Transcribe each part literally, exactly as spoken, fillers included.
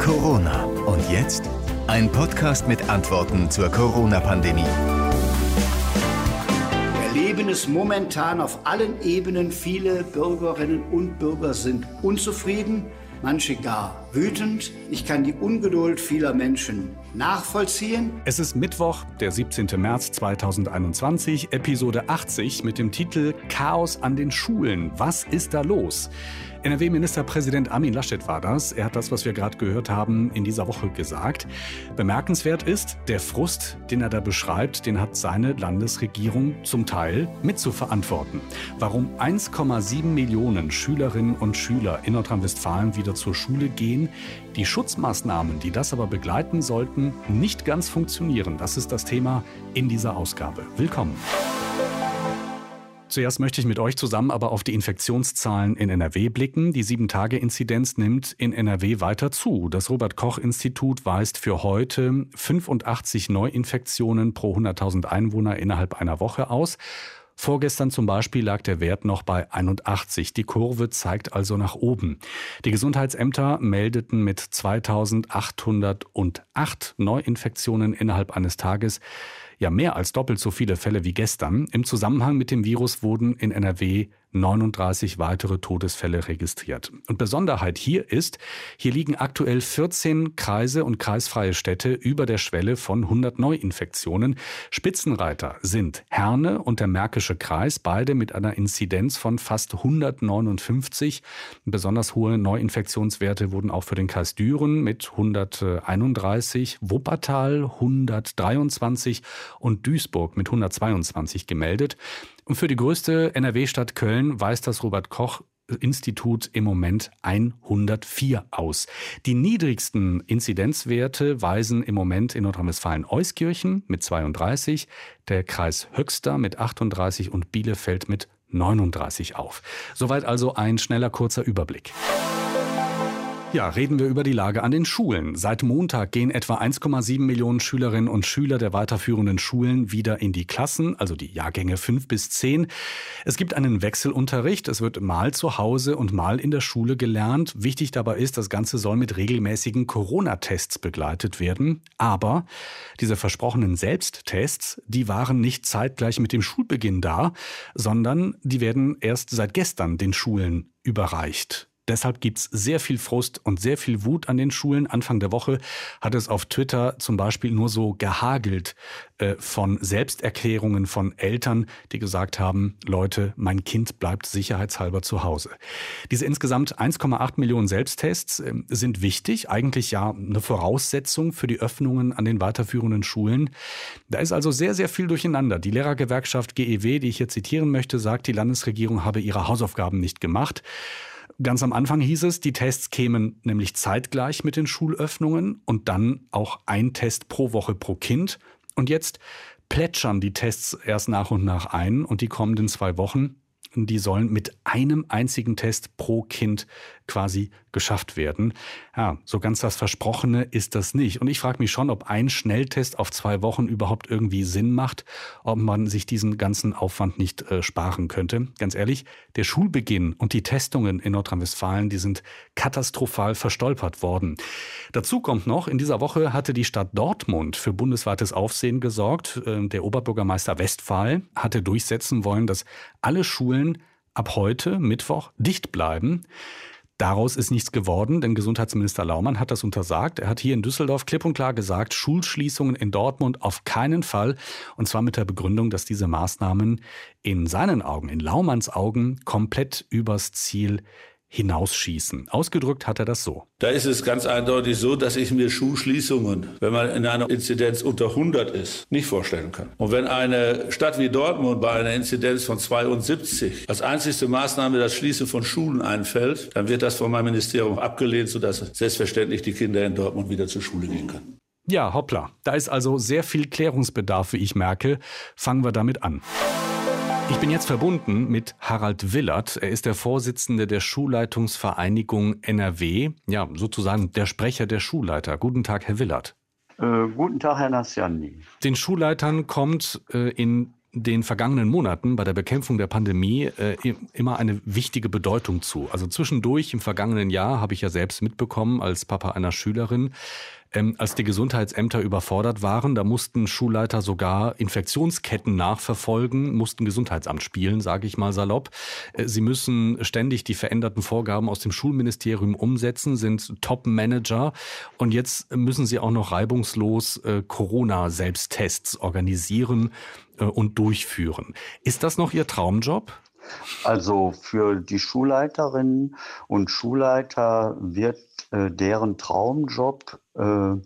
Corona. Und jetzt ein Podcast mit Antworten zur Corona-Pandemie. Wir erleben es momentan auf allen Ebenen. Viele Bürgerinnen und Bürger sind unzufrieden, manche gar wütend. Ich kann die Ungeduld vieler Menschen nachvollziehen. Es ist Mittwoch, der siebzehnten März zweitausendeinundzwanzig, Episode achtzig mit dem Titel Chaos an den Schulen. Was ist da los? N R W-Ministerpräsident Armin Laschet war das. Er hat das, was wir gerade gehört haben, in dieser Woche gesagt. Bemerkenswert ist, der Frust, den er da beschreibt, den hat seine Landesregierung zum Teil mit zu verantworten. Warum eins Komma sieben Millionen Schülerinnen und Schüler in Nordrhein-Westfalen wieder zur Schule gehen, die Schutzmaßnahmen, die das aber begleiten sollten, nicht ganz funktionieren. Das ist das Thema in dieser Ausgabe. Willkommen. Zuerst möchte ich mit euch zusammen aber auf die Infektionszahlen in N R W blicken. Die sieben Tage Inzidenz nimmt in N R W weiter zu. Das Robert-Koch-Institut weist für heute fünfundachtzig Neuinfektionen pro hunderttausend Einwohner innerhalb einer Woche aus. Vorgestern zum Beispiel lag der Wert noch bei einundachtzig. Die Kurve zeigt also nach oben. Die Gesundheitsämter meldeten mit zweitausendachthundertacht Neuinfektionen innerhalb eines Tages ja mehr als doppelt so viele Fälle wie gestern. Im Zusammenhang mit dem Virus wurden in N R W neununddreißig weitere Todesfälle registriert. Und Besonderheit hier ist, hier liegen aktuell vierzehn Kreise und kreisfreie Städte über der Schwelle von hundert Neuinfektionen. Spitzenreiter sind Herne und der Märkische Kreis, beide mit einer Inzidenz von fast hundertneunundfünfzig. Besonders hohe Neuinfektionswerte wurden auch für den Kreis Düren mit hunderteinunddreißig, Wuppertal hundertdreiundzwanzig und Duisburg mit hundertzweiundzwanzig gemeldet. Und für die größte N R W-Stadt Köln weist das Robert-Koch-Institut im Moment hundertvier aus. Die niedrigsten Inzidenzwerte weisen im Moment in Nordrhein-Westfalen-Euskirchen mit zweiunddreißig, der Kreis Höxter mit achtunddreißig und Bielefeld mit neununddreißig auf. Soweit also ein schneller, kurzer Überblick. Ja, reden wir über die Lage an den Schulen. Seit Montag gehen etwa eins Komma sieben Millionen Schülerinnen und Schüler der weiterführenden Schulen wieder in die Klassen, also die Jahrgänge fünf bis zehn. Es gibt einen Wechselunterricht. Es wird mal zu Hause und mal in der Schule gelernt. Wichtig dabei ist, das Ganze soll mit regelmäßigen Corona-Tests begleitet werden. Aber diese versprochenen Selbsttests, die waren nicht zeitgleich mit dem Schulbeginn da, sondern die werden erst seit gestern den Schulen überreicht. Deshalb gibt's sehr viel Frust und sehr viel Wut an den Schulen. Anfang der Woche hat es auf Twitter zum Beispiel nur so gehagelt äh, von Selbsterklärungen von Eltern, die gesagt haben, Leute, mein Kind bleibt sicherheitshalber zu Hause. Diese insgesamt eins Komma acht Millionen Selbsttests äh, sind wichtig, eigentlich ja eine Voraussetzung für die Öffnungen an den weiterführenden Schulen. Da ist also sehr, sehr viel durcheinander. Die Lehrergewerkschaft G E W, die ich hier zitieren möchte, sagt, die Landesregierung habe ihre Hausaufgaben nicht gemacht. Ganz am Anfang hieß es, die Tests kämen nämlich zeitgleich mit den Schulöffnungen und dann auch ein Test pro Woche pro Kind. Und jetzt plätschern die Tests erst nach und nach ein und die kommenden zwei Wochen, die sollen mit einem einzigen Test pro Kind quasi geschafft werden. Ja, so ganz das Versprochene ist das nicht. Und ich frage mich schon, ob ein Schnelltest auf zwei Wochen überhaupt irgendwie Sinn macht, ob man sich diesen ganzen Aufwand nicht äh, sparen könnte. Ganz ehrlich, der Schulbeginn und die Testungen in Nordrhein-Westfalen, die sind katastrophal verstolpert worden. Dazu kommt noch, in dieser Woche hatte die Stadt Dortmund für bundesweites Aufsehen gesorgt. Äh, der Oberbürgermeister Westphal hatte durchsetzen wollen, dass alle Schulen ab heute, Mittwoch, dicht bleiben. Daraus ist nichts geworden, denn Gesundheitsminister Laumann hat das untersagt. Er hat hier in Düsseldorf klipp und klar gesagt, Schulschließungen in Dortmund auf keinen Fall. Und zwar mit der Begründung, dass diese Maßnahmen in seinen Augen, in Laumanns Augen, komplett übers Ziel hinausschießen. Ausgedrückt hat er das so. Da ist es ganz eindeutig so, dass ich mir Schulschließungen, wenn man in einer Inzidenz unter hundert ist, nicht vorstellen kann. Und wenn eine Stadt wie Dortmund bei einer Inzidenz von zweiundsiebzig als einzigste Maßnahme das Schließen von Schulen einfällt, dann wird das von meinem Ministerium abgelehnt, sodass selbstverständlich die Kinder in Dortmund wieder zur Schule gehen können. Ja, hoppla. Da ist also sehr viel Klärungsbedarf, wie ich merke. Fangen wir damit an. Ich bin jetzt verbunden mit Harald Willert. Er ist der Vorsitzende der Schulleitungsvereinigung N R W. Ja, sozusagen der Sprecher der Schulleiter. Guten Tag, Herr Willert. Äh, guten Tag, Herr Nassiani. Den Schulleitern kommt äh, in den vergangenen Monaten bei der Bekämpfung der Pandemie äh, immer eine wichtige Bedeutung zu. Also zwischendurch im vergangenen Jahr habe ich ja selbst mitbekommen als Papa einer Schülerin, ähm, als die Gesundheitsämter überfordert waren, da mussten Schulleiter sogar Infektionsketten nachverfolgen, mussten Gesundheitsamt spielen, sage ich mal salopp. Äh, sie müssen ständig die veränderten Vorgaben aus dem Schulministerium umsetzen, sind Top-Manager und jetzt müssen sie auch noch reibungslos äh, Corona-Selbsttests organisieren äh, und durchführen. Ist das noch Ihr Traumjob? Also für die Schulleiterinnen und Schulleiter wird äh, deren Traumjob äh,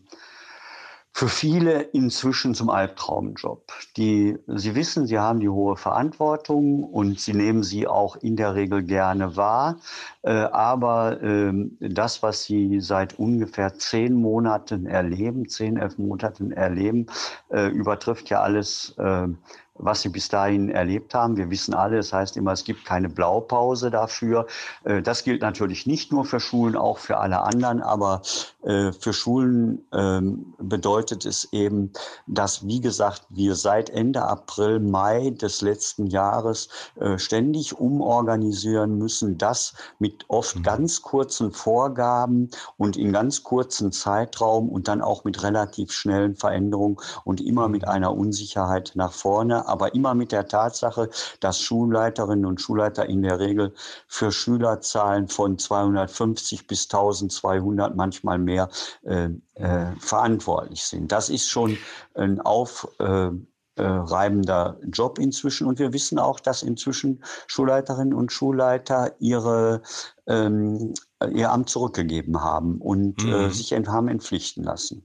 für viele inzwischen zum Albtraumjob. Die, sie wissen, sie haben die hohe Verantwortung und sie nehmen sie auch in der Regel gerne wahr. Äh, aber äh, das, was sie seit ungefähr zehn Monaten erleben, zehn, elf Monaten erleben, äh, übertrifft ja alles, äh, was sie bis dahin erlebt haben. Wir wissen alle, es heißt immer, es gibt keine Blaupause dafür. Das gilt natürlich nicht nur für Schulen, auch für alle anderen. Aber für Schulen bedeutet es eben, dass, wie gesagt, wir seit Ende April, Mai des letzten Jahres ständig umorganisieren müssen. Das mit oft ganz kurzen Vorgaben und in ganz kurzen Zeitraum und dann auch mit relativ schnellen Veränderungen und immer mit einer Unsicherheit nach vorne. Aber immer mit der Tatsache, dass Schulleiterinnen und Schulleiter in der Regel für Schülerzahlen von zweihundertfünfzig bis eintausendzweihundert, manchmal mehr, äh, äh, verantwortlich sind. Das ist schon ein aufreibender äh, Job inzwischen. Und wir wissen auch, dass inzwischen Schulleiterinnen und Schulleiter ihre ähm, ihr Amt zurückgegeben haben und mhm. äh, sich ent- haben entpflichten lassen.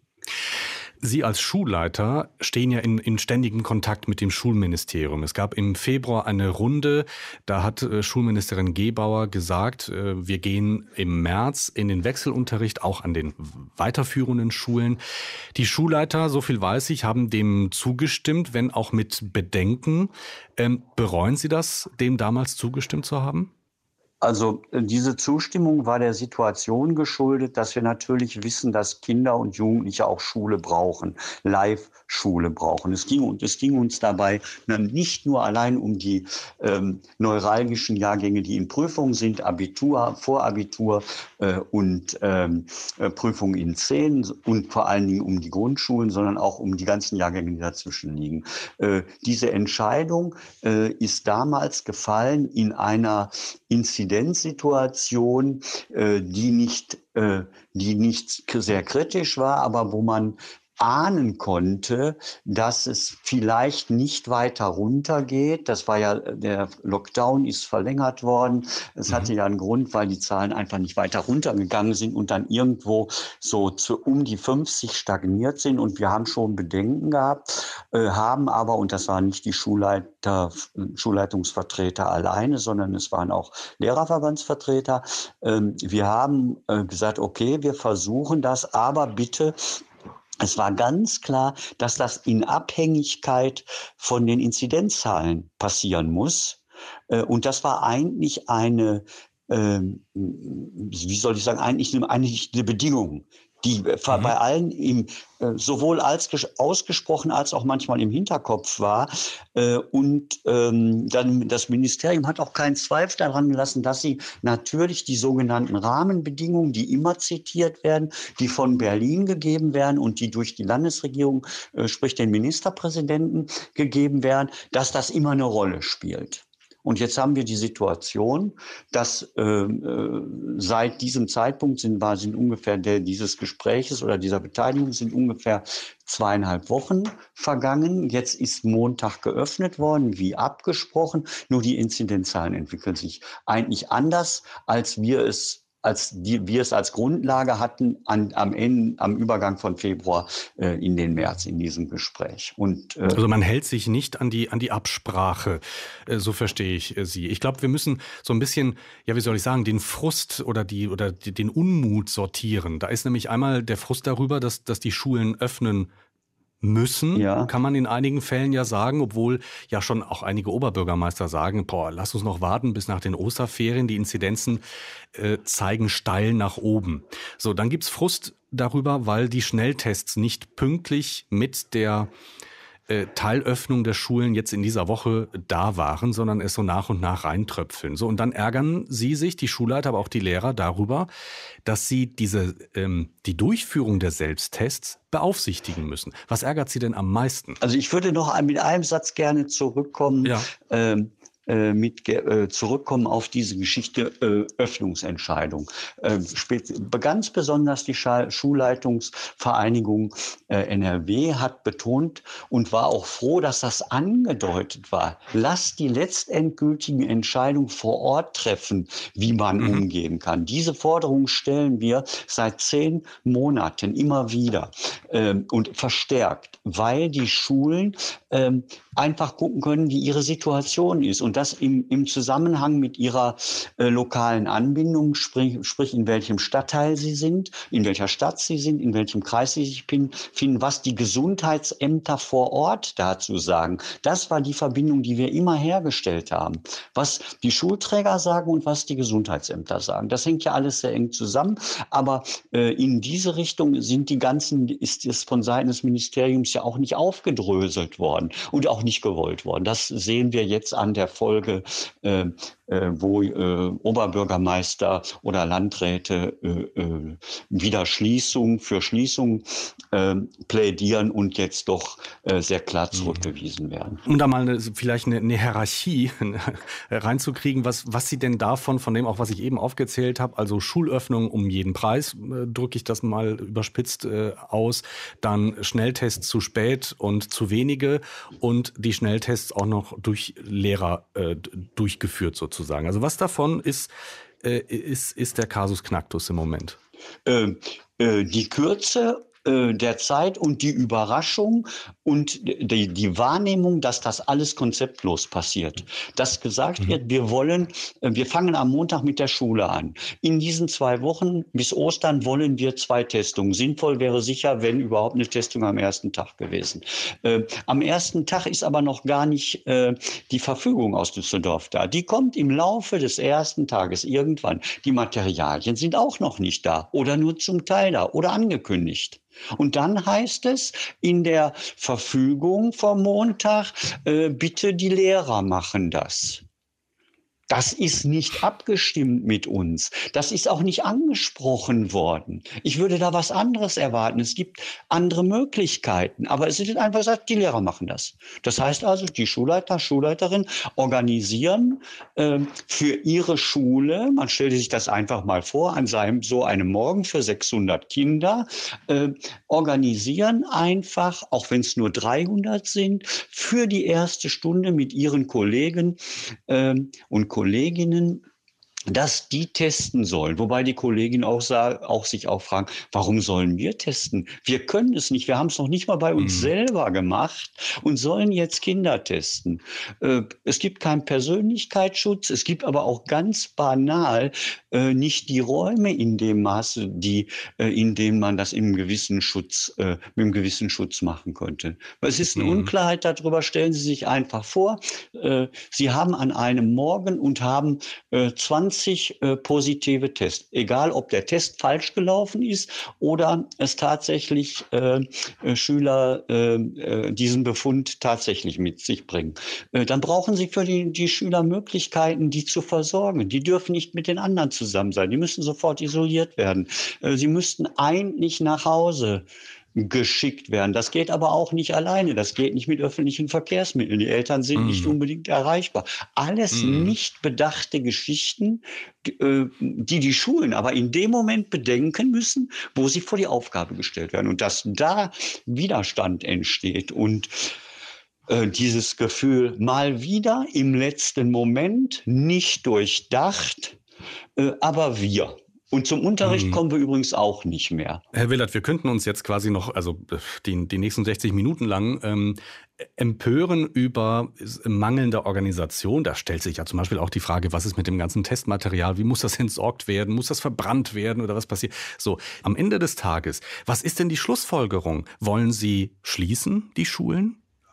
Sie als Schulleiter stehen ja in, in ständigem Kontakt mit dem Schulministerium. Es gab im Februar eine Runde, da hat äh, Schulministerin Gebauer gesagt, äh, wir gehen im März in den Wechselunterricht, auch an den weiterführenden Schulen. Die Schulleiter, so viel weiß ich, haben dem zugestimmt, wenn auch mit Bedenken. Ähm, bereuen Sie das, dem damals zugestimmt zu haben? Also diese Zustimmung war der Situation geschuldet, dass wir natürlich wissen, dass Kinder und Jugendliche auch Schule brauchen, Live-Schule brauchen. Es ging, und es ging uns dabei nicht nur allein um die ähm, neuralgischen Jahrgänge, die in Prüfungen sind, Abitur, Vorabitur äh, und ähm, äh, Prüfungen in zehn und vor allen Dingen um die Grundschulen, sondern auch um die ganzen Jahrgänge, die dazwischen liegen. Äh, diese Entscheidung äh, ist damals gefallen in einer Inzidenzsituation, äh, die nicht, äh, die nicht sehr kritisch war, aber wo man ahnen konnte, dass es vielleicht nicht weiter runtergeht. Das war ja, der Lockdown ist verlängert worden. Es mhm. hatte ja einen Grund, weil die Zahlen einfach nicht weiter runtergegangen sind und dann irgendwo so zu um die fünfzig stagniert sind. Und wir haben schon Bedenken gehabt, äh, haben aber, und das waren nicht die Schulleiter, Schulleitungsvertreter alleine, sondern es waren auch Lehrerverbandsvertreter. Äh, wir haben äh, gesagt, okay, wir versuchen das, aber bitte. Es war ganz klar, dass das in Abhängigkeit von den Inzidenzzahlen passieren muss. Und das war eigentlich eine, wie soll ich sagen, eigentlich eine, eigentlich eine Bedingung, die mhm. bei allen im, sowohl als ausgesprochen als auch manchmal im Hinterkopf war. Und ähm, dann das Ministerium hat auch keinen Zweifel daran gelassen, dass sie natürlich die sogenannten Rahmenbedingungen, die immer zitiert werden, die von Berlin gegeben werden und die durch die Landesregierung, äh, sprich den Ministerpräsidenten, gegeben werden, dass das immer eine Rolle spielt. Und jetzt haben wir die Situation, dass äh, seit diesem Zeitpunkt sind, war, sind ungefähr der, dieses Gespräches oder dieser Beteiligung sind ungefähr zweieinhalb Wochen vergangen. Jetzt ist Montag geöffnet worden, wie abgesprochen. Nur die Inzidenzzahlen entwickeln sich eigentlich anders, als wir es als die, wir es als Grundlage hatten an, am Ende, am Übergang von Februar äh, in den März in diesem Gespräch. Und, äh, also man hält sich nicht an die, an die Absprache, äh, so verstehe ich äh, Sie. Ich glaube, wir müssen so ein bisschen, ja, wie soll ich sagen, den Frust oder die, oder die, den Unmut sortieren. Da ist nämlich einmal der Frust darüber, dass, dass die Schulen öffnen müssen, ja. Kann man in einigen Fällen ja sagen, obwohl ja schon auch einige Oberbürgermeister sagen, boah, lass uns noch warten bis nach den Osterferien, die Inzidenzen äh, zeigen steil nach oben. So, dann gibt's Frust darüber, weil die Schnelltests nicht pünktlich mit der äh, Teilöffnung der Schulen jetzt in dieser Woche da waren, sondern es so nach und nach reintröpfeln. So, und dann ärgern Sie sich, die Schulleiter, aber auch die Lehrer, darüber, dass sie diese ähm, die Durchführung der Selbsttests beaufsichtigen müssen. Was ärgert Sie denn am meisten? Also ich würde noch mit einem Satz gerne zurückkommen. Ja. Ähm, mit äh, zurückkommen auf diese Geschichte äh, Öffnungsentscheidung. Äh, ganz besonders die Scha- Schulleitungsvereinigung äh, N R W hat betont und war auch froh, dass das angedeutet war. Lasst die letztendgültigen Entscheidungen vor Ort treffen, wie man mhm. umgehen kann. Diese Forderung stellen wir seit zehn Monaten immer wieder äh, und verstärkt, weil die Schulen äh, einfach gucken können, wie ihre Situation ist. Und das im, im Zusammenhang mit ihrer äh, lokalen Anbindung, sprich, sprich in welchem Stadtteil sie sind, in welcher Stadt sie sind, in welchem Kreis sie sich befinden, was die Gesundheitsämter vor Ort dazu sagen. Das war die Verbindung, die wir immer hergestellt haben. Was die Schulträger sagen und was die Gesundheitsämter sagen. Das hängt ja alles sehr eng zusammen. Aber äh, in diese Richtung sind die ganzen, ist es von Seiten des Ministeriums ja auch nicht aufgedröselt worden und auch nicht gewollt worden. Das sehen wir jetzt an der Folge, äh, äh, wo äh, Oberbürgermeister oder Landräte äh, äh, wieder Schließung für Schließung äh, plädieren und jetzt doch äh, sehr klar zurückgewiesen werden. Um da mal eine, vielleicht eine, eine Hierarchie reinzukriegen, was, was Sie denn davon, von dem auch, was ich eben aufgezählt habe, also Schulöffnung um jeden Preis, äh, drücke ich das mal überspitzt äh, aus, dann Schnelltests zu spät und zu wenige und die Schnelltests auch noch durch Lehrer äh, durchgeführt sozusagen. Also was davon ist, äh, ist, ist der Kasus Knacktus im Moment? Äh, äh, die Kürze der Zeit und die Überraschung und die, die Wahrnehmung, dass das alles konzeptlos passiert. Dass gesagt wird, wir wollen, wir fangen am Montag mit der Schule an. In diesen zwei Wochen bis Ostern wollen wir zwei Testungen. Sinnvoll wäre sicher, wenn überhaupt eine Testung am ersten Tag gewesen. Äh, am ersten Tag ist aber noch gar nicht äh, die Verfügung aus Düsseldorf da. Die kommt im Laufe des ersten Tages irgendwann. Die Materialien sind auch noch nicht da oder nur zum Teil da oder angekündigt. Und dann heißt es in der Verfügung vom Montag, äh, bitte die Lehrer machen das. Das ist nicht abgestimmt mit uns. Das ist auch nicht angesprochen worden. Ich würde da was anderes erwarten. Es gibt andere Möglichkeiten. Aber es wird einfach gesagt, die Lehrer machen das. Das heißt also, die Schulleiter, Schulleiterinnen organisieren äh, für ihre Schule, man stellt sich das einfach mal vor, an seinem, so einem Morgen für sechshundert Kinder, äh, organisieren einfach, auch wenn es nur dreihundert sind, für die erste Stunde mit ihren Kollegen äh, und Kolleginnen, dass die testen sollen. Wobei die Kolleginnen auch, auch sich auch fragen, warum sollen wir testen? Wir können es nicht. Wir haben es noch nicht mal bei uns mhm. selber gemacht und sollen jetzt Kinder testen. Äh, es gibt keinen Persönlichkeitsschutz. Es gibt aber auch ganz banal äh, nicht die Räume in dem Maße, die, äh, in denen man das im gewissen Schutz, äh, mit einem gewissen Schutz machen könnte. Es ist eine mhm. Unklarheit darüber. Stellen Sie sich einfach vor, äh, Sie haben an einem Morgen und haben äh, zwanzig äh, positive Tests. Egal, ob der Test falsch gelaufen ist oder es tatsächlich äh, äh, Schüler äh, äh, diesen Befund tatsächlich mit sich bringen. Äh, dann brauchen Sie für die, die Schüler Möglichkeiten, die zu versorgen. Die dürfen nicht mit den anderen zusammen sein. Die müssen sofort isoliert werden. Äh, sie müssten eigentlich nach Hause geschickt werden. Das geht aber auch nicht alleine. Das geht nicht mit öffentlichen Verkehrsmitteln. Die Eltern sind mm. nicht unbedingt erreichbar. Alles mm. nicht bedachte Geschichten, die die Schulen aber in dem Moment bedenken müssen, wo sie vor die Aufgabe gestellt werden. Und dass da Widerstand entsteht und äh, dieses Gefühl mal wieder im letzten Moment nicht durchdacht, äh, aber wir. Und zum Unterricht kommen wir übrigens auch nicht mehr. Herr Willert, wir könnten uns jetzt quasi noch, also die, die nächsten sechzig Minuten lang, ähm, empören über mangelnde Organisation. Da stellt sich ja zum Beispiel auch die Frage, was ist mit dem ganzen Testmaterial? Wie muss das entsorgt werden? Muss das verbrannt werden oder was passiert? So, am Ende des Tages, was ist denn die Schlussfolgerung? Wollen Sie schließen, die Schulen?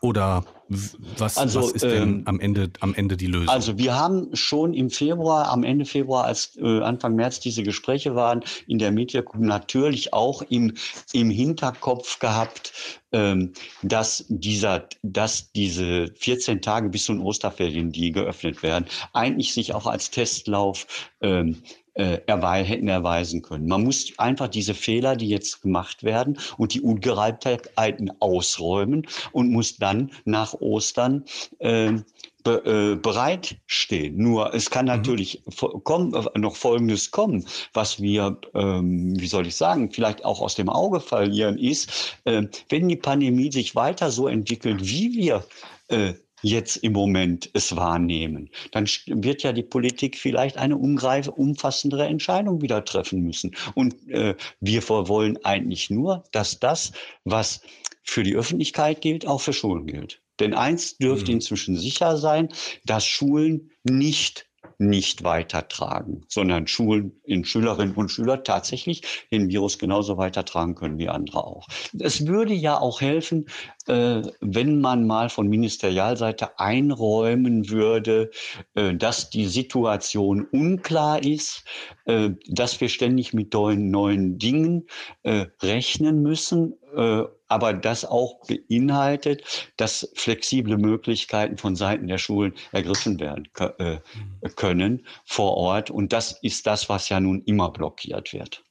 Oder was, also, was ist denn ähm, am Ende, am Ende die Lösung? Also wir haben schon im Februar, am Ende Februar, als äh, Anfang März diese Gespräche waren, in der Mediengruppe natürlich auch im, im Hinterkopf gehabt, ähm, dass dieser, dass diese vierzehn Tage bis zu den Osterferien, die geöffnet werden, eigentlich sich auch als Testlauf ähm, äh, erwe- hätten erweisen können. Man muss einfach diese Fehler, die jetzt gemacht werden und die Ungereimtheiten ausräumen und muss dann nach Ostern äh, Be, äh, bereitstehen. Nur es kann natürlich mhm. kommen, äh, noch Folgendes kommen, was wir, ähm, wie soll ich sagen, vielleicht auch aus dem Auge verlieren, ist, äh, wenn die Pandemie sich weiter so entwickelt, wie wir äh, jetzt im Moment es wahrnehmen, dann wird ja die Politik vielleicht eine umgreif- umfassendere Entscheidung wieder treffen müssen. Und äh, wir wollen eigentlich nur, dass das, was für die Öffentlichkeit gilt, auch für Schulen gilt. Denn eins dürfte mhm. inzwischen sicher sein, dass Schulen nicht nicht weitertragen, sondern Schulen in Schülerinnen und Schüler tatsächlich den Virus genauso weitertragen können wie andere auch. Es würde ja auch helfen, äh, wenn man mal von Ministerialseite einräumen würde, äh, dass die Situation unklar ist, äh, dass wir ständig mit neuen, neuen Dingen äh, rechnen müssen, äh, aber das auch beinhaltet, dass flexible Möglichkeiten von Seiten der Schulen ergriffen werden äh, können vor Ort. Und das ist das, was ja nun immer blockiert wird.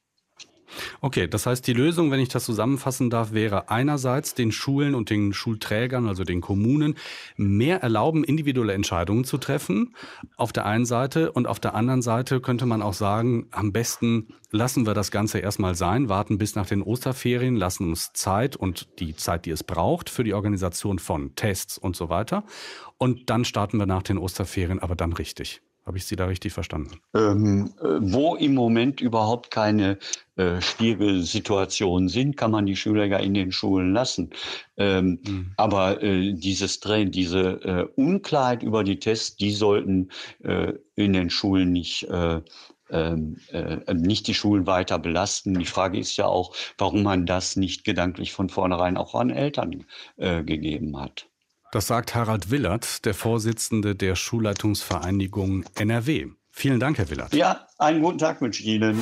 Okay, das heißt, die Lösung, wenn ich das zusammenfassen darf, wäre einerseits den Schulen und den Schulträgern, also den Kommunen, mehr erlauben, individuelle Entscheidungen zu treffen, auf der einen Seite. Und auf der anderen Seite könnte man auch sagen, am besten lassen wir das Ganze erstmal sein, warten bis nach den Osterferien, lassen uns Zeit und die Zeit, die es braucht für die Organisation von Tests und so weiter. Und dann starten wir nach den Osterferien, aber dann richtig. Habe ich Sie da richtig verstanden? Ähm, wo im Moment überhaupt keine äh, schwierige Situationen sind, kann man die Schüler ja in den Schulen lassen. Ähm, mhm. Aber äh, dieses Drehen, diese äh, Unklarheit über die Tests, die sollten äh, in den Schulen nicht äh, Ähm, äh, nicht die Schulen weiter belasten. Die Frage ist ja auch, warum man das nicht gedanklich von vornherein auch an Eltern äh, gegeben hat. Das sagt Harald Willert, der Vorsitzende der Schulleitungsvereinigung N R W. Vielen Dank, Herr Willert. Ja, einen guten Tag wünsche ich Ihnen.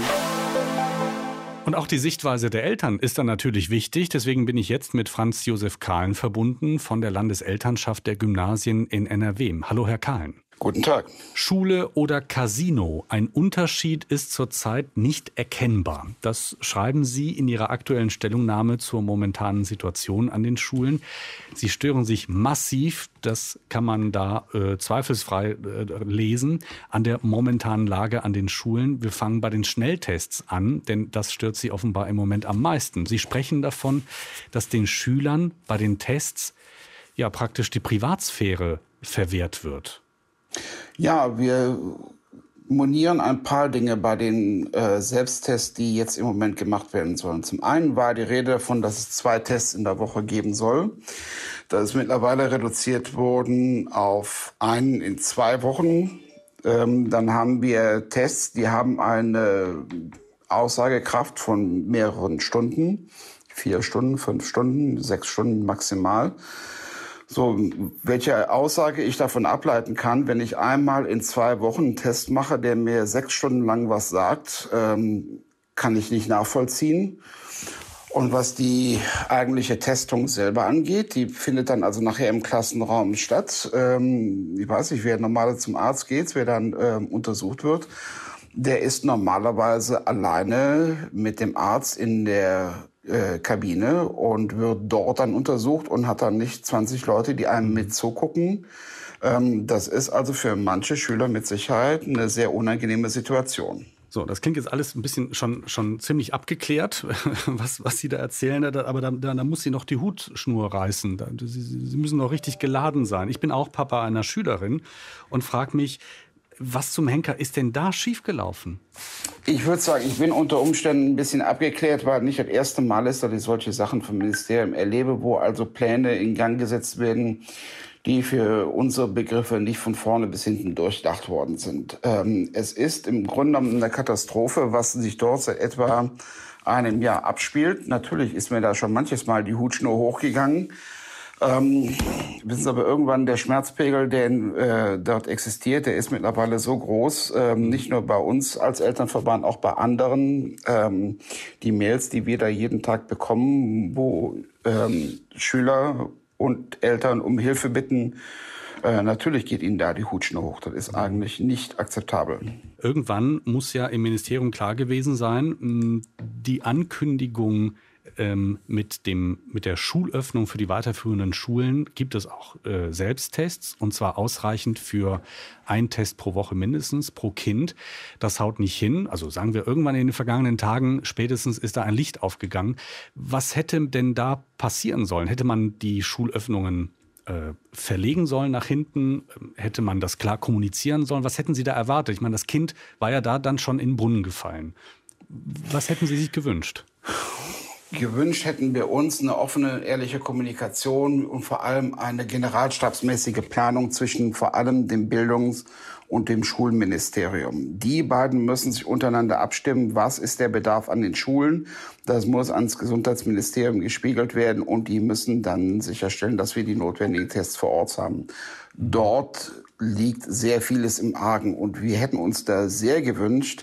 Und auch die Sichtweise der Eltern ist dann natürlich wichtig. Deswegen bin ich jetzt mit Franz Josef Kahlen verbunden von der Landeselternschaft der Gymnasien in N R W. Hallo, Herr Kahlen. Guten Tag. Schule oder Casino? Ein Unterschied ist zurzeit nicht erkennbar. Das schreiben Sie in Ihrer aktuellen Stellungnahme zur momentanen Situation an den Schulen. Sie stören sich massiv, das kann man da äh, zweifelsfrei äh, lesen, an der momentanen Lage an den Schulen. Wir fangen bei den Schnelltests an, denn das stört Sie offenbar im Moment am meisten. Sie sprechen davon, dass den Schülern bei den Tests ja praktisch die Privatsphäre verwehrt wird. Ja, wir monieren ein paar Dinge bei den äh, Selbsttests, die jetzt im Moment gemacht werden sollen. Zum einen war die Rede davon, dass es zwei Tests in der Woche geben soll. Das ist mittlerweile reduziert worden auf einen in zwei Wochen. Ähm, dann haben wir Tests, die haben eine Aussagekraft von mehreren Stunden. Vier Stunden, fünf Stunden, sechs Stunden maximal. So, welche Aussage ich davon ableiten kann, wenn ich einmal in zwei Wochen einen Test mache, der mir sechs Stunden lang was sagt, ähm, kann ich nicht nachvollziehen. Und was die eigentliche Testung selber angeht, die findet dann also nachher im Klassenraum statt. Ähm, ich weiß nicht, wer normalerweise zum Arzt geht, wer dann ähm, untersucht wird, der ist normalerweise alleine mit dem Arzt in der Äh, Kabine und wird dort dann untersucht und hat dann nicht zwanzig Leute, die einem mit zugucken. Ähm, das ist also für manche Schüler mit Sicherheit eine sehr unangenehme Situation. So, das klingt jetzt alles ein bisschen schon, schon ziemlich abgeklärt, was, was Sie da erzählen, aber da, da, da muss Sie noch die Hutschnur reißen. Da, Sie, Sie müssen noch richtig geladen sein. Ich bin auch Papa einer Schülerin und frage mich, was zum Henker ist denn da schiefgelaufen? Ich würde sagen, ich bin unter Umständen ein bisschen abgeklärt, weil nicht das erste Mal ist, dass ich solche Sachen vom Ministerium erlebe, wo also Pläne in Gang gesetzt werden, die für unsere Begriffe nicht von vorne bis hinten durchdacht worden sind. Ähm, es ist im Grunde genommen eine Katastrophe, was sich dort seit etwa einem Jahr abspielt. Natürlich ist mir da schon manches Mal die Hutschnur hochgegangen, Ähm, wissen Sie aber irgendwann, der Schmerzpegel, der äh, dort existiert, der ist mittlerweile so groß, ähm, nicht nur bei uns als Elternverband, auch bei anderen. Ähm, die Mails, die wir da jeden Tag bekommen, wo ähm, Schüler und Eltern um Hilfe bitten, äh, natürlich geht ihnen da die Hutschnur hoch. Das ist eigentlich nicht akzeptabel. Irgendwann muss ja im Ministerium klar gewesen sein, die Ankündigung ähm, mit dem, mit der Schulöffnung für die weiterführenden Schulen gibt es auch äh, Selbsttests, und zwar ausreichend für einen Test pro Woche mindestens, pro Kind. Das haut nicht hin. Also sagen wir, irgendwann in den vergangenen Tagen spätestens ist da ein Licht aufgegangen. Was hätte denn da passieren sollen? Hätte man die Schulöffnungen äh, verlegen sollen nach hinten? Hätte man das klar kommunizieren sollen? Was hätten Sie da erwartet? Ich meine, das Kind war ja da dann schon in den Brunnen gefallen. Was hätten Sie sich gewünscht? Gewünscht hätten wir uns eine offene, ehrliche Kommunikation und vor allem eine generalstabsmäßige Planung zwischen vor allem dem Bildungs- und dem Schulministerium. Die beiden müssen sich untereinander abstimmen, was ist der Bedarf an den Schulen. Das muss ans Gesundheitsministerium gespiegelt werden und die müssen dann sicherstellen, dass wir die notwendigen Tests vor Ort haben. Dort liegt sehr vieles im Argen und wir hätten uns da sehr gewünscht,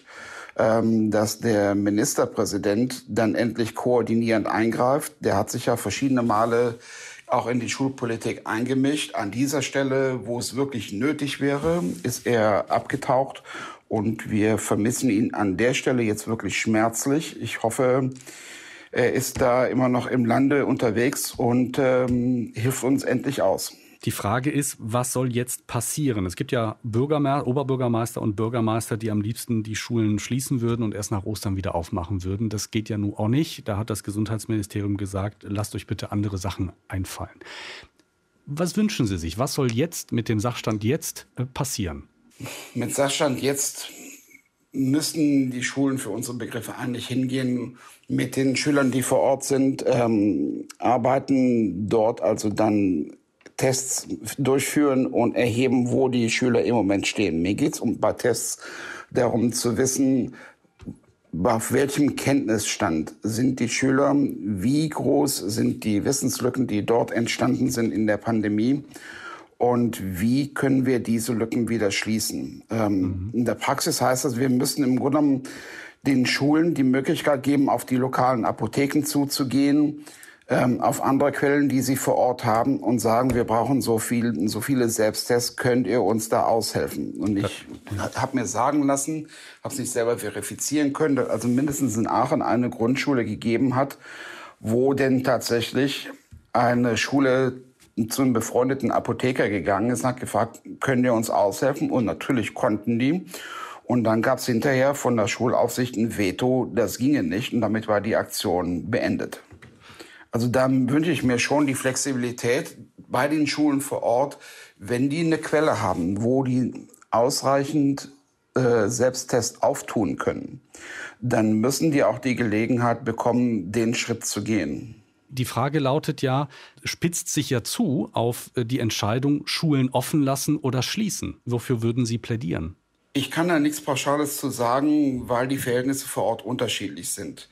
dass der Ministerpräsident dann endlich koordinierend eingreift. Der hat sich ja verschiedene Male auch in die Schulpolitik eingemischt. An dieser Stelle, wo es wirklich nötig wäre, ist er abgetaucht. Und wir vermissen ihn an der Stelle jetzt wirklich schmerzlich. Ich hoffe, er ist da immer noch im Lande unterwegs und ähm, hilft uns endlich aus. Die Frage ist, was soll jetzt passieren? Es gibt ja Bürgerme- Oberbürgermeister und Bürgermeister, die am liebsten die Schulen schließen würden und erst nach Ostern wieder aufmachen würden. Das geht ja nun auch nicht. Da hat das Gesundheitsministerium gesagt, lasst euch bitte andere Sachen einfallen. Was wünschen Sie sich? Was soll jetzt mit dem Sachstand jetzt passieren? Mit Sachstand jetzt müssen die Schulen für unsere Begriffe eigentlich hingehen, mit den Schülern, die vor Ort sind, ähm, arbeiten, dort also dann Tests durchführen und erheben, wo die Schüler im Moment stehen. Mir geht es um bei Tests darum zu wissen, auf welchem Kenntnisstand sind die Schüler, wie groß sind die Wissenslücken, die dort entstanden sind in der Pandemie und wie können wir diese Lücken wieder schließen. Ähm, mhm. In der Praxis heißt das, wir müssen im Grunde genommen den Schulen die Möglichkeit geben, auf die lokalen Apotheken zuzugehen, auf andere Quellen, die sie vor Ort haben und sagen, wir brauchen so viel, so viele Selbsttests, könnt ihr uns da aushelfen? Und ich habe mir sagen lassen, habe es nicht selber verifizieren können, dass also mindestens in Aachen eine Grundschule gegeben hat, wo denn tatsächlich eine Schule zu einem befreundeten Apotheker gegangen ist und hat gefragt, könnt ihr uns aushelfen? Und natürlich konnten die. Und dann gab es hinterher von der Schulaufsicht ein Veto, das ginge nicht und damit war die Aktion beendet. Also da wünsche ich mir schon die Flexibilität bei den Schulen vor Ort, wenn die eine Quelle haben, wo die ausreichend äh, Selbsttests auftun können, dann müssen die auch die Gelegenheit bekommen, den Schritt zu gehen. Die Frage lautet ja, spitzt sich ja zu auf die Entscheidung, Schulen offen lassen oder schließen. Wofür würden Sie plädieren? Ich kann da nichts Pauschales zu sagen, weil die Verhältnisse vor Ort unterschiedlich sind.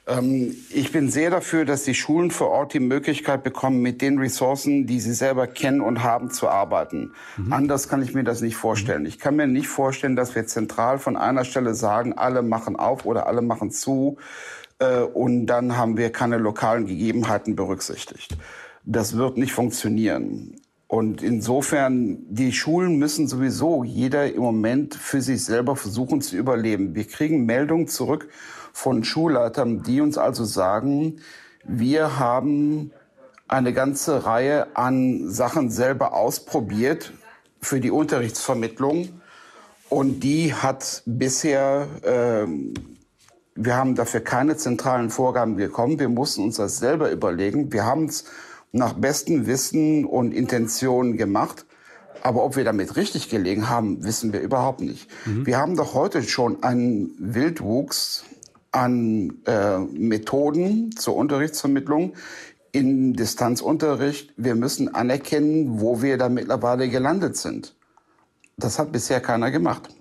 Ich bin sehr dafür, dass die Schulen vor Ort die Möglichkeit bekommen, mit den Ressourcen, die sie selber kennen und haben, zu arbeiten. Mhm. Anders kann ich mir das nicht vorstellen. Ich kann mir nicht vorstellen, dass wir zentral von einer Stelle sagen, alle machen auf oder alle machen zu äh, und dann haben wir keine lokalen Gegebenheiten berücksichtigt. Das wird nicht funktionieren. Und insofern, die Schulen müssen sowieso jeder im Moment für sich selber versuchen zu überleben. Wir kriegen Meldungen zurück von Schulleitern, die uns also sagen, wir haben eine ganze Reihe an Sachen selber ausprobiert für die Unterrichtsvermittlung. Und die hat bisher, äh, wir haben dafür keine zentralen Vorgaben bekommen. Wir mussten uns das selber überlegen. Wir haben es nach bestem Wissen und Intention gemacht. Aber ob wir damit richtig gelegen haben, wissen wir überhaupt nicht. Mhm. Wir haben doch heute schon einen Wildwuchs an äh, Methoden zur Unterrichtsvermittlung im Distanzunterricht. Wir müssen anerkennen, wo wir da mittlerweile gelandet sind. Das hat bisher keiner gemacht.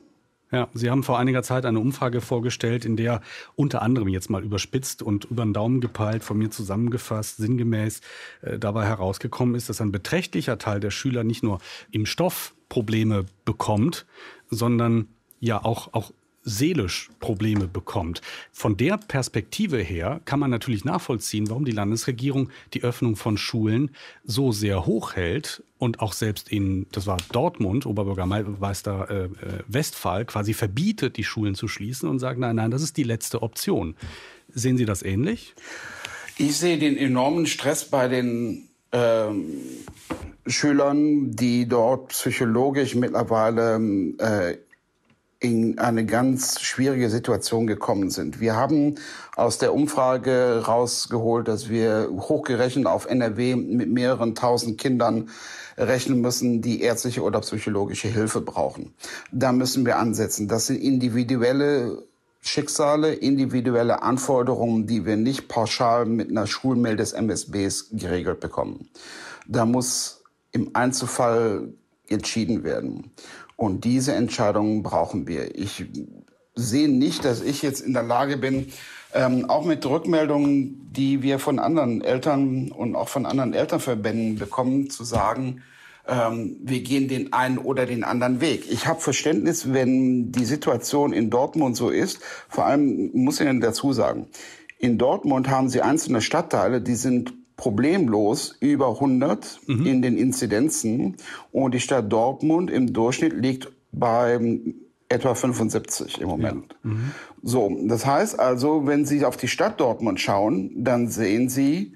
Ja, Sie haben vor einiger Zeit eine Umfrage vorgestellt, in der unter anderem jetzt mal überspitzt und über den Daumen gepeilt, von mir zusammengefasst, sinngemäß äh, dabei herausgekommen ist, dass ein beträchtlicher Teil der Schüler nicht nur im Stoff Probleme bekommt, sondern ja auch, auch seelisch Probleme bekommt. Von der Perspektive her kann man natürlich nachvollziehen, warum die Landesregierung die Öffnung von Schulen so sehr hoch hält und auch selbst in, das war Dortmund, Oberbürgermeister äh, Westphal, quasi verbietet, die Schulen zu schließen und sagt, nein, nein, das ist die letzte Option. Sehen Sie das ähnlich? Ich sehe den enormen Stress bei den ähm, Schülern, die dort psychologisch mittlerweile äh, in eine ganz schwierige Situation gekommen sind. Wir haben aus der Umfrage rausgeholt, dass wir hochgerechnet auf N R W mit mehreren tausend Kindern rechnen müssen, die ärztliche oder psychologische Hilfe brauchen. Da müssen wir ansetzen. Das sind individuelle Schicksale, individuelle Anforderungen, die wir nicht pauschal mit einer Schulmail des M S Bs geregelt bekommen. Da muss im Einzelfall entschieden werden. Und diese Entscheidungen brauchen wir. Ich sehe nicht, dass ich jetzt in der Lage bin, ähm, auch mit Rückmeldungen, die wir von anderen Eltern und auch von anderen Elternverbänden bekommen, zu sagen, ähm, wir gehen den einen oder den anderen Weg. Ich habe Verständnis, wenn die Situation in Dortmund so ist. Vor allem muss ich Ihnen dazu sagen, in Dortmund haben Sie einzelne Stadtteile, die sind problemlos über hundert mhm. in den Inzidenzen. Und die Stadt Dortmund im Durchschnitt liegt bei etwa fünfundsiebzig im Moment. Ja. Mhm. So, das heißt also, wenn Sie auf die Stadt Dortmund schauen, dann sehen Sie,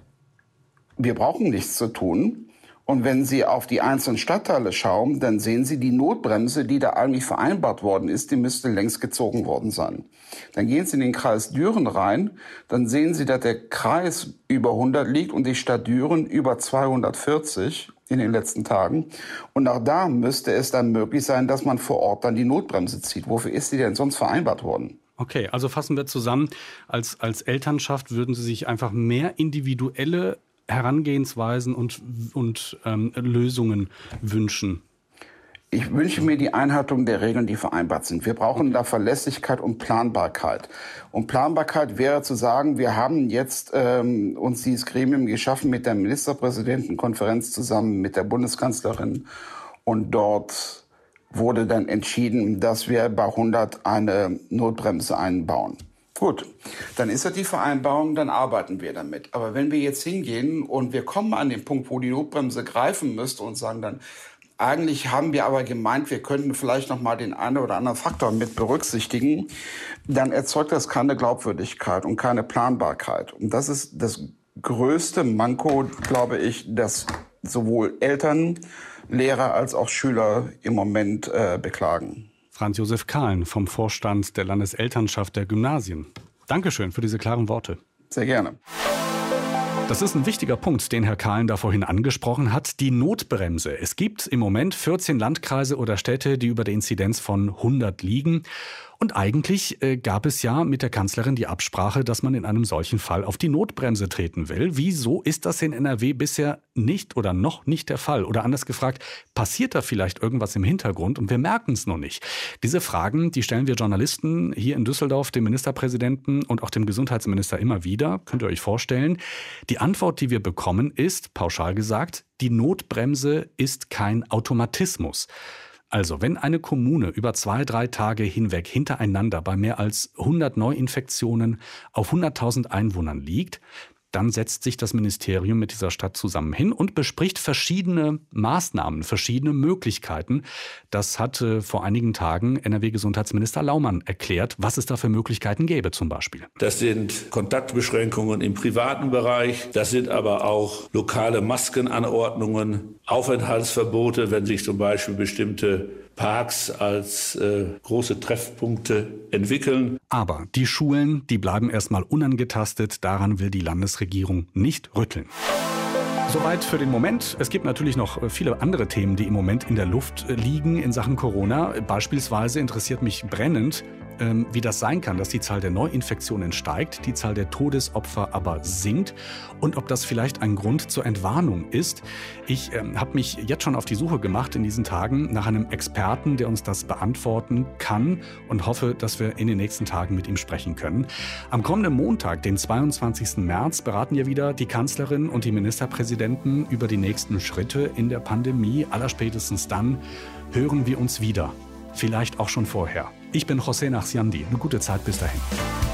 wir brauchen nichts zu tun. Und wenn Sie auf die einzelnen Stadtteile schauen, dann sehen Sie, die Notbremse, die da eigentlich vereinbart worden ist, die müsste längst gezogen worden sein. Dann gehen Sie in den Kreis Düren rein, dann sehen Sie, dass der Kreis über hundert liegt und die Stadt Düren über zweihundertvierzig in den letzten Tagen. Und auch da müsste es dann möglich sein, dass man vor Ort dann die Notbremse zieht. Wofür ist die denn sonst vereinbart worden? Okay, also fassen wir zusammen, als, als Elternschaft würden Sie sich einfach mehr individuelle Herangehensweisen und, und ähm, Lösungen wünschen? Ich wünsche mir die Einhaltung der Regeln, die vereinbart sind. Wir brauchen da Verlässlichkeit und Planbarkeit. Und Planbarkeit wäre zu sagen, wir haben jetzt ähm, uns dieses Gremium geschaffen mit der Ministerpräsidentenkonferenz zusammen mit der Bundeskanzlerin. Und dort wurde dann entschieden, dass wir bei hundert eine Notbremse einbauen. Gut, dann ist das die Vereinbarung, dann arbeiten wir damit. Aber wenn wir jetzt hingehen und wir kommen an den Punkt, wo die Notbremse greifen müsste und sagen dann, eigentlich haben wir aber gemeint, wir könnten vielleicht noch mal den einen oder anderen Faktor mit berücksichtigen, dann erzeugt das keine Glaubwürdigkeit und keine Planbarkeit. Und das ist das größte Manko, glaube ich, das sowohl Eltern, Lehrer als auch Schüler im Moment äh, beklagen. Franz Josef Kahlen vom Vorstand der Landeselternschaft der Gymnasien. Dankeschön für diese klaren Worte. Sehr gerne. Das ist ein wichtiger Punkt, den Herr Kahlen da vorhin angesprochen hat, die Notbremse. Es gibt im Moment vierzehn Landkreise oder Städte, die über der Inzidenz von hundert liegen. Und eigentlich äh, gab es ja mit der Kanzlerin die Absprache, dass man in einem solchen Fall auf die Notbremse treten will. Wieso ist das in N R W bisher nicht oder noch nicht der Fall? Oder anders gefragt, passiert da vielleicht irgendwas im Hintergrund und wir merken es noch nicht? Diese Fragen, die stellen wir Journalisten hier in Düsseldorf, dem Ministerpräsidenten und auch dem Gesundheitsminister immer wieder. Könnt ihr euch vorstellen? Die Antwort, die wir bekommen, ist, pauschal gesagt, die Notbremse ist kein Automatismus. Also, wenn eine Kommune über zwei, drei Tage hinweg hintereinander bei mehr als hundert Neuinfektionen auf hunderttausend Einwohnern liegt, dann setzt sich das Ministerium mit dieser Stadt zusammen hin und bespricht verschiedene Maßnahmen, verschiedene Möglichkeiten. Das hat äh, vor einigen Tagen N R W-Gesundheitsminister Laumann erklärt, was es da für Möglichkeiten gäbe zum Beispiel. Das sind Kontaktbeschränkungen im privaten Bereich, das sind aber auch lokale Maskenanordnungen, Aufenthaltsverbote, wenn sich zum Beispiel bestimmte Parks als äh, große Treffpunkte entwickeln. Aber die Schulen, die bleiben erstmal unangetastet. Daran will die Landesregierung nicht rütteln. Soweit für den Moment. Es gibt natürlich noch viele andere Themen, die im Moment in der Luft liegen in Sachen Corona. Beispielsweise interessiert mich brennend, ähm, wie das sein kann, dass die Zahl der Neuinfektionen steigt, die Zahl der Todesopfer aber sinkt und ob das vielleicht ein Grund zur Entwarnung ist. Ich ähm, habe mich jetzt schon auf die Suche gemacht in diesen Tagen nach einem Experten, der uns das beantworten kann und hoffe, dass wir in den nächsten Tagen mit ihm sprechen können. Am kommenden Montag, den zweiundzwanzigsten März, beraten ja wieder die Kanzlerin und die Ministerpräsidenten über die nächsten Schritte in der Pandemie. Allerspätestens dann hören wir uns wieder. Vielleicht auch schon vorher. Ich bin José Nachsiandi. Eine gute Zeit bis dahin.